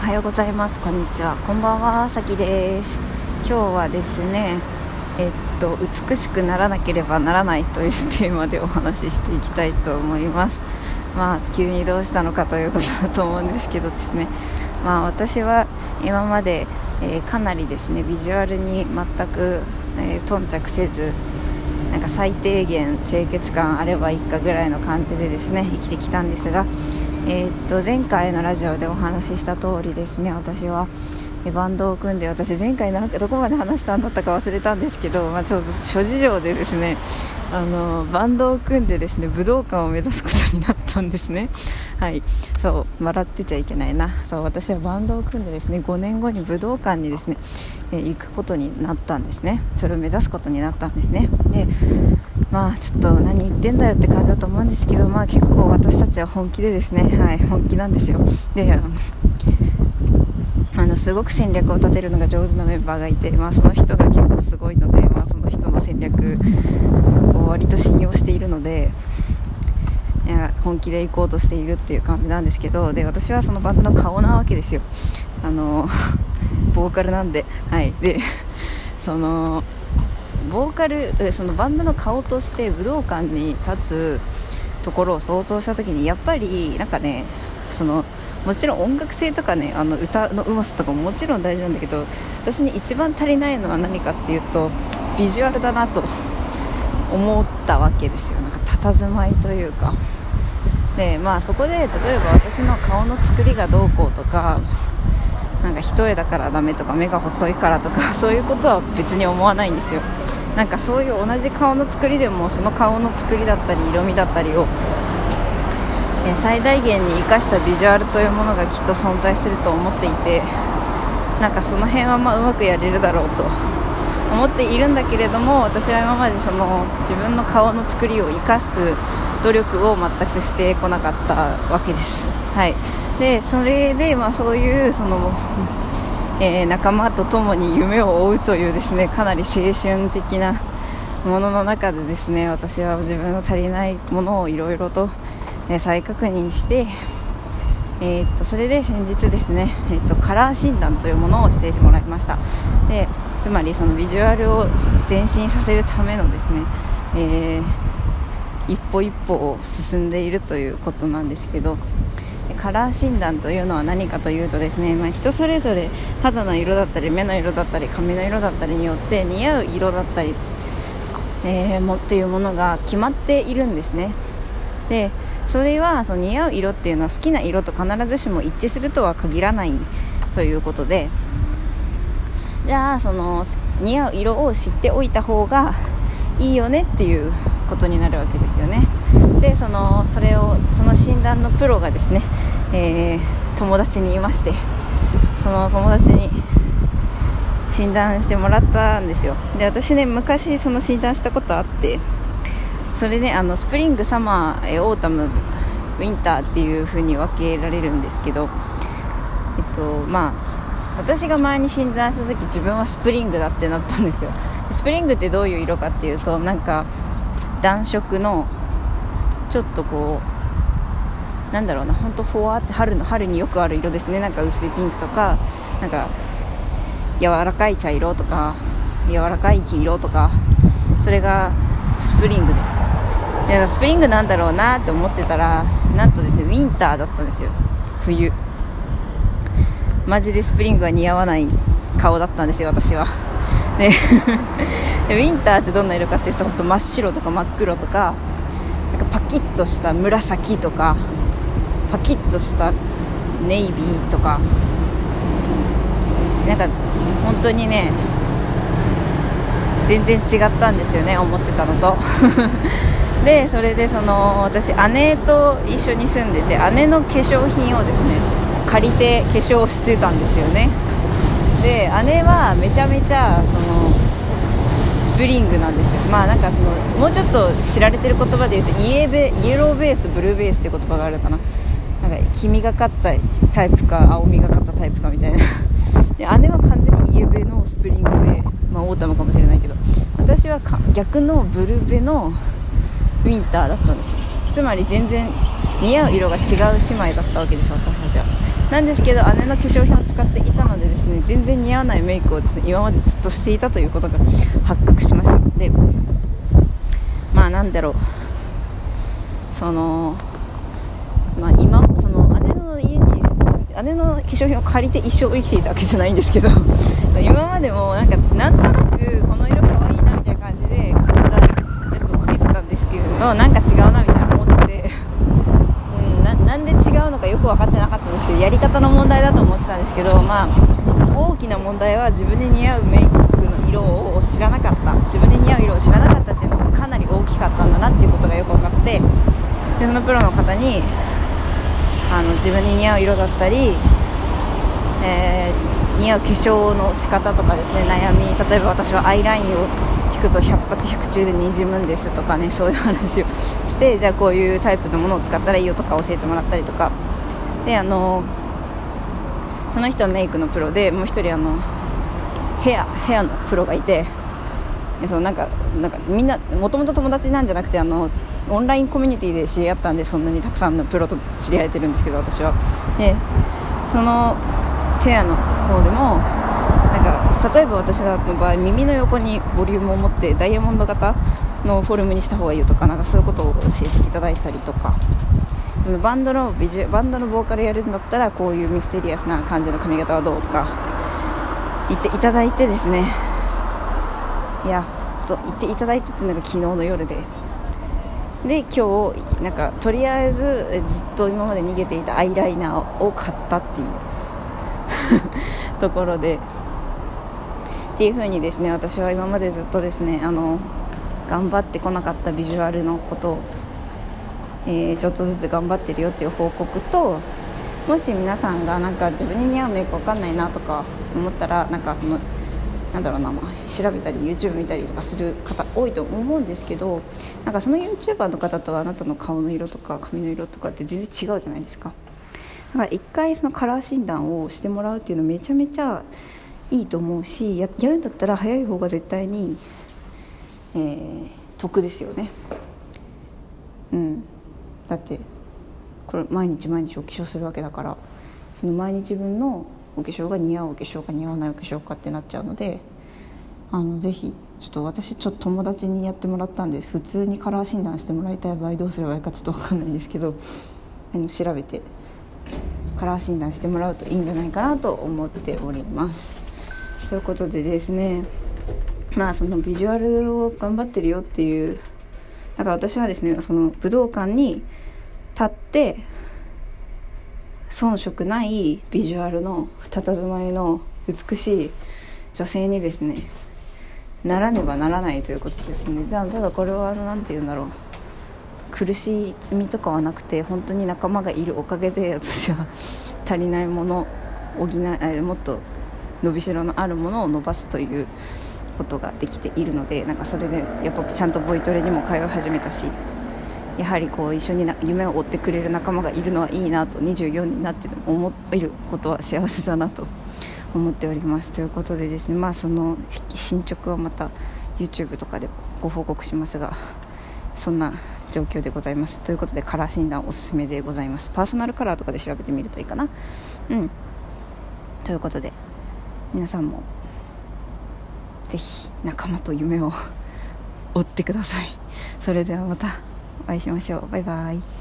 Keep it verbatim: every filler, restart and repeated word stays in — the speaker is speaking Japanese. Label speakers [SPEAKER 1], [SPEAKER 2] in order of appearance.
[SPEAKER 1] はようございます。こんにちは。こんばんは。さきです。今日はですね、えっと美しくならなければならないというテーマでお話ししていきたいと思います。まあ急にどうしたのかということだと思うんですけどですね。まあ私は今まで、えー、かなりですねビジュアルに全く、えー、頓着せず、なんか最低限清潔感あればいいかぐらいの感じでですね生きてきたんですが、えー、っと前回のラジオでお話しした通りですね、私はバンドを組んで、私前回なんかどこまで話したんだったか忘れたんですけど、まあ、ちょっと諸事情でですねあのバンドを組んでですね武道館を目指すことになったんですね。はい、そう笑ってちゃいけないな。そう私はバンドを組んでですねごねんごに武道館にですね、えー、行くことになったんですね。それを目指すことになったんですね。でまあちょっと何言ってんだよって感じだと思うんですけど、まあ結構私たちは本気でですね、はい本気なんですよ。であのすごく戦略を立てるのが上手なメンバーがいて、まあ、その人が結構すごいので、まあ、その人の戦略を割と信用しているので、いや本気で行こうとしているっていう感じなんですけど、で私はそのバンドの顔なわけですよ。あのボーカルなんで、はい、でそのボーカルそのバンドの顔として武道館に立つところを想像した時に、やっぱりなんかね、そのもちろん音楽性とかね、あの歌のうまさとかももちろん大事なんだけど、私に一番足りないのは何かっていうとビジュアルだなと思ったわけですよ。なんか佇まいというかで、まあそこで例えば私の顔の作りがどうこうとか、なんか一重だからダメとか目が細いからとかそういうことは別に思わないんですよ。なんかそういう同じ顔の作りでもその顔の作りだったり色味だったりを最大限に生かしたビジュアルというものがきっと存在すると思っていて、なんかその辺はまあうまくやれるだろうと思っているんだけれども、私は今までその自分の顔の作りを生かす努力を全くしてこなかったわけです。はい、でそれでまあそういうその、えー、仲間と共に夢を追うというですねかなり青春的なものの中でですね、私は自分の足りないものをいろいろと再確認して、えー、っとそれで先日ですね、えー、っとカラー診断というものをしてもらいました。でつまりそのビジュアルを前進させるためのですね、えー、一歩一歩を進んでいるということなんですけど、カラー診断というのは何かというとですね、まあ、人それぞれ肌の色だったり目の色だったり髪の色だったりによって似合う色だったり、えー、もっていうものが決まっているんですね。でそれはその似合う色っていうのは好きな色と必ずしも一致するとは限らないということで、じゃあその似合う色を知っておいた方がいいよねっていうことになるわけですよね。でそのそれをその診断のプロがですね、えー、友達にいまして、その友達に診断してもらったんですよ。で私ね昔その診断したことあって、それであのスプリング、サマー、オータム、ウィンターっていう風に分けられるんですけど、えっとまあ私が前に診断した時自分はスプリングだってなったんですよ。スプリングってどういう色かっていうと、なんか暖色のちょっとこうなんだろうな、本当フォワーって春の春によくある色ですね。なんか薄いピンクとか、なんか柔らかい茶色とか柔らかい黄色とか、それがスプリングで、でスプリングなんだろうなって思ってたら、なんとですねウィンターだったんですよ。冬、マジでスプリングは似合わない顔だったんですよ私は。でウィンターってどんな色かっていうと、ほんと真っ白とか真っ黒とか、なんかパキッとした紫とかパキッとしたネイビーとか、なんか本当にね全然違ったんですよね、思ってたのとでそれでその私姉と一緒に住んでて、姉の化粧品をですね借りて化粧してたんですよね。で姉はめちゃめちゃそのスプリングなんですよ。まあなんかそのもうちょっと知られてる言葉で言うとイエベイエローベースとブルーベースって言葉があるかな。なんか黄みがかったタイプか青みがかったタイプかみたいなで姉は完全にイエベのスプリングで、まあオータムかもしれないけど、私はか逆のブルベのウィンターだったんですよ。つまり全然似合う色が違う姉妹だったわけです、私たちは。 なんですけど姉の化粧品を使っていたのでですね、全然似合わないメイクをですね今までずっとしていたということが発覚しました。で、まあなんだろう、そのまあ今その姉の家に姉の化粧品を借りて一生生きていたわけじゃないんですけど今までもなんかなんとなくこの色可愛いなみたいな感じで買ったやつをつけてたんですけれど、なんか違うなみたいな思ってて、うん、な, なんで違うのかよく分かってなかったんですけど、やり方の問題だと思ってたんですけど、まあ大きな問題は自分に似合うメイクの色を知らなかった、自分に似合う色を知らなかったっていうのがかなり大きかったんだなっていうことがよく分かって、でそのプロの方にあの自分に似合う色だったり、えー、似合う化粧の仕方とかですね、悩み、例えば私はアイラインを引くとひゃく発ひゃく中でにじむんですとかね、そういう話をして、じゃあこういうタイプのものを使ったらいいよとか教えてもらったりとかで、あのその人はメイクのプロで、もう一人あのヘアヘアのプロがいて、そのなんかなんかみんなもともと友達なんじゃなくて、あのオンラインコミュニティで知り合ったんで、そんなにたくさんのプロと知り合えてるんですけど、私はでそのフェアの方でもなんか、例えば私の場合耳の横にボリュームを持ってダイヤモンド型のフォルムにした方がいいよとか、なんかそういうことを教えていただいたりとか、バンドのビジュバンドのボーカルやるんだったらこういうミステリアスな感じの髪型はどうとか言っていただいてですね、いやと言っていただいてっていうのが昨日の夜で、で今日なんかとりあえずずっと今まで逃げていたアイライナーを買ったっていうところで、っていう風にですね、私は今までずっとですね、あの頑張ってこなかったビジュアルのことを、えー、ちょっとずつ頑張ってるよっていう報告と、もし皆さんがなんか自分に似合うメイクわかんないなとか思ったら、なんかそのなんだろうな、まあ、調べたり YouTube 見たりとかする方多いと思うんですけど、なんかその YouTuber の方とあなたの顔の色とか髪の色とかって全然違うじゃないですか。だから一回そのカラー診断をしてもらうっていうのめちゃめちゃいいと思うし、 や, やるんだったら早い方が絶対に、えー、得ですよね。うん、だってこれ毎日毎日お化粧するわけだから、その毎日分のお化粧が似合うお化粧か似合わないお化粧かってなっちゃうので、あのぜひちょっと私ちょっと友達にやってもらったんで、普通にカラー診断してもらいたい場合どうすればいいかちょっと分かんないんですけど、あの調べてカラー診断してもらうといいんじゃないかなと思っております。ということでですね、まあそのビジュアルを頑張ってるよっていう、だから私はですね、その武道館に立って遜色ないビジュアルの佇まいの美しい女性にですねならねばならないということですね。ただこれはなんて言うんだろう、苦しい罪とかはなくて、本当に仲間がいるおかげで私は足りないもの補い、もっと伸びしろのあるものを伸ばすということができているので、なんかそれでやっぱちゃんとボイトレにも通い始めたし、やはりこう一緒にな夢を追ってくれる仲間がいるのはいいなと、にじゅうよんになって思えることは幸せだなと思っております。ということでですね、まあその進捗はまた YouTube とかでご報告しますが、そんな状況でございます。ということでカラー診断おすすめでございます。パーソナルカラーとかで調べてみるといいかな。うんということで皆さんもぜひ仲間と夢を追ってください。それではまたお会いしましょう。バイバイ。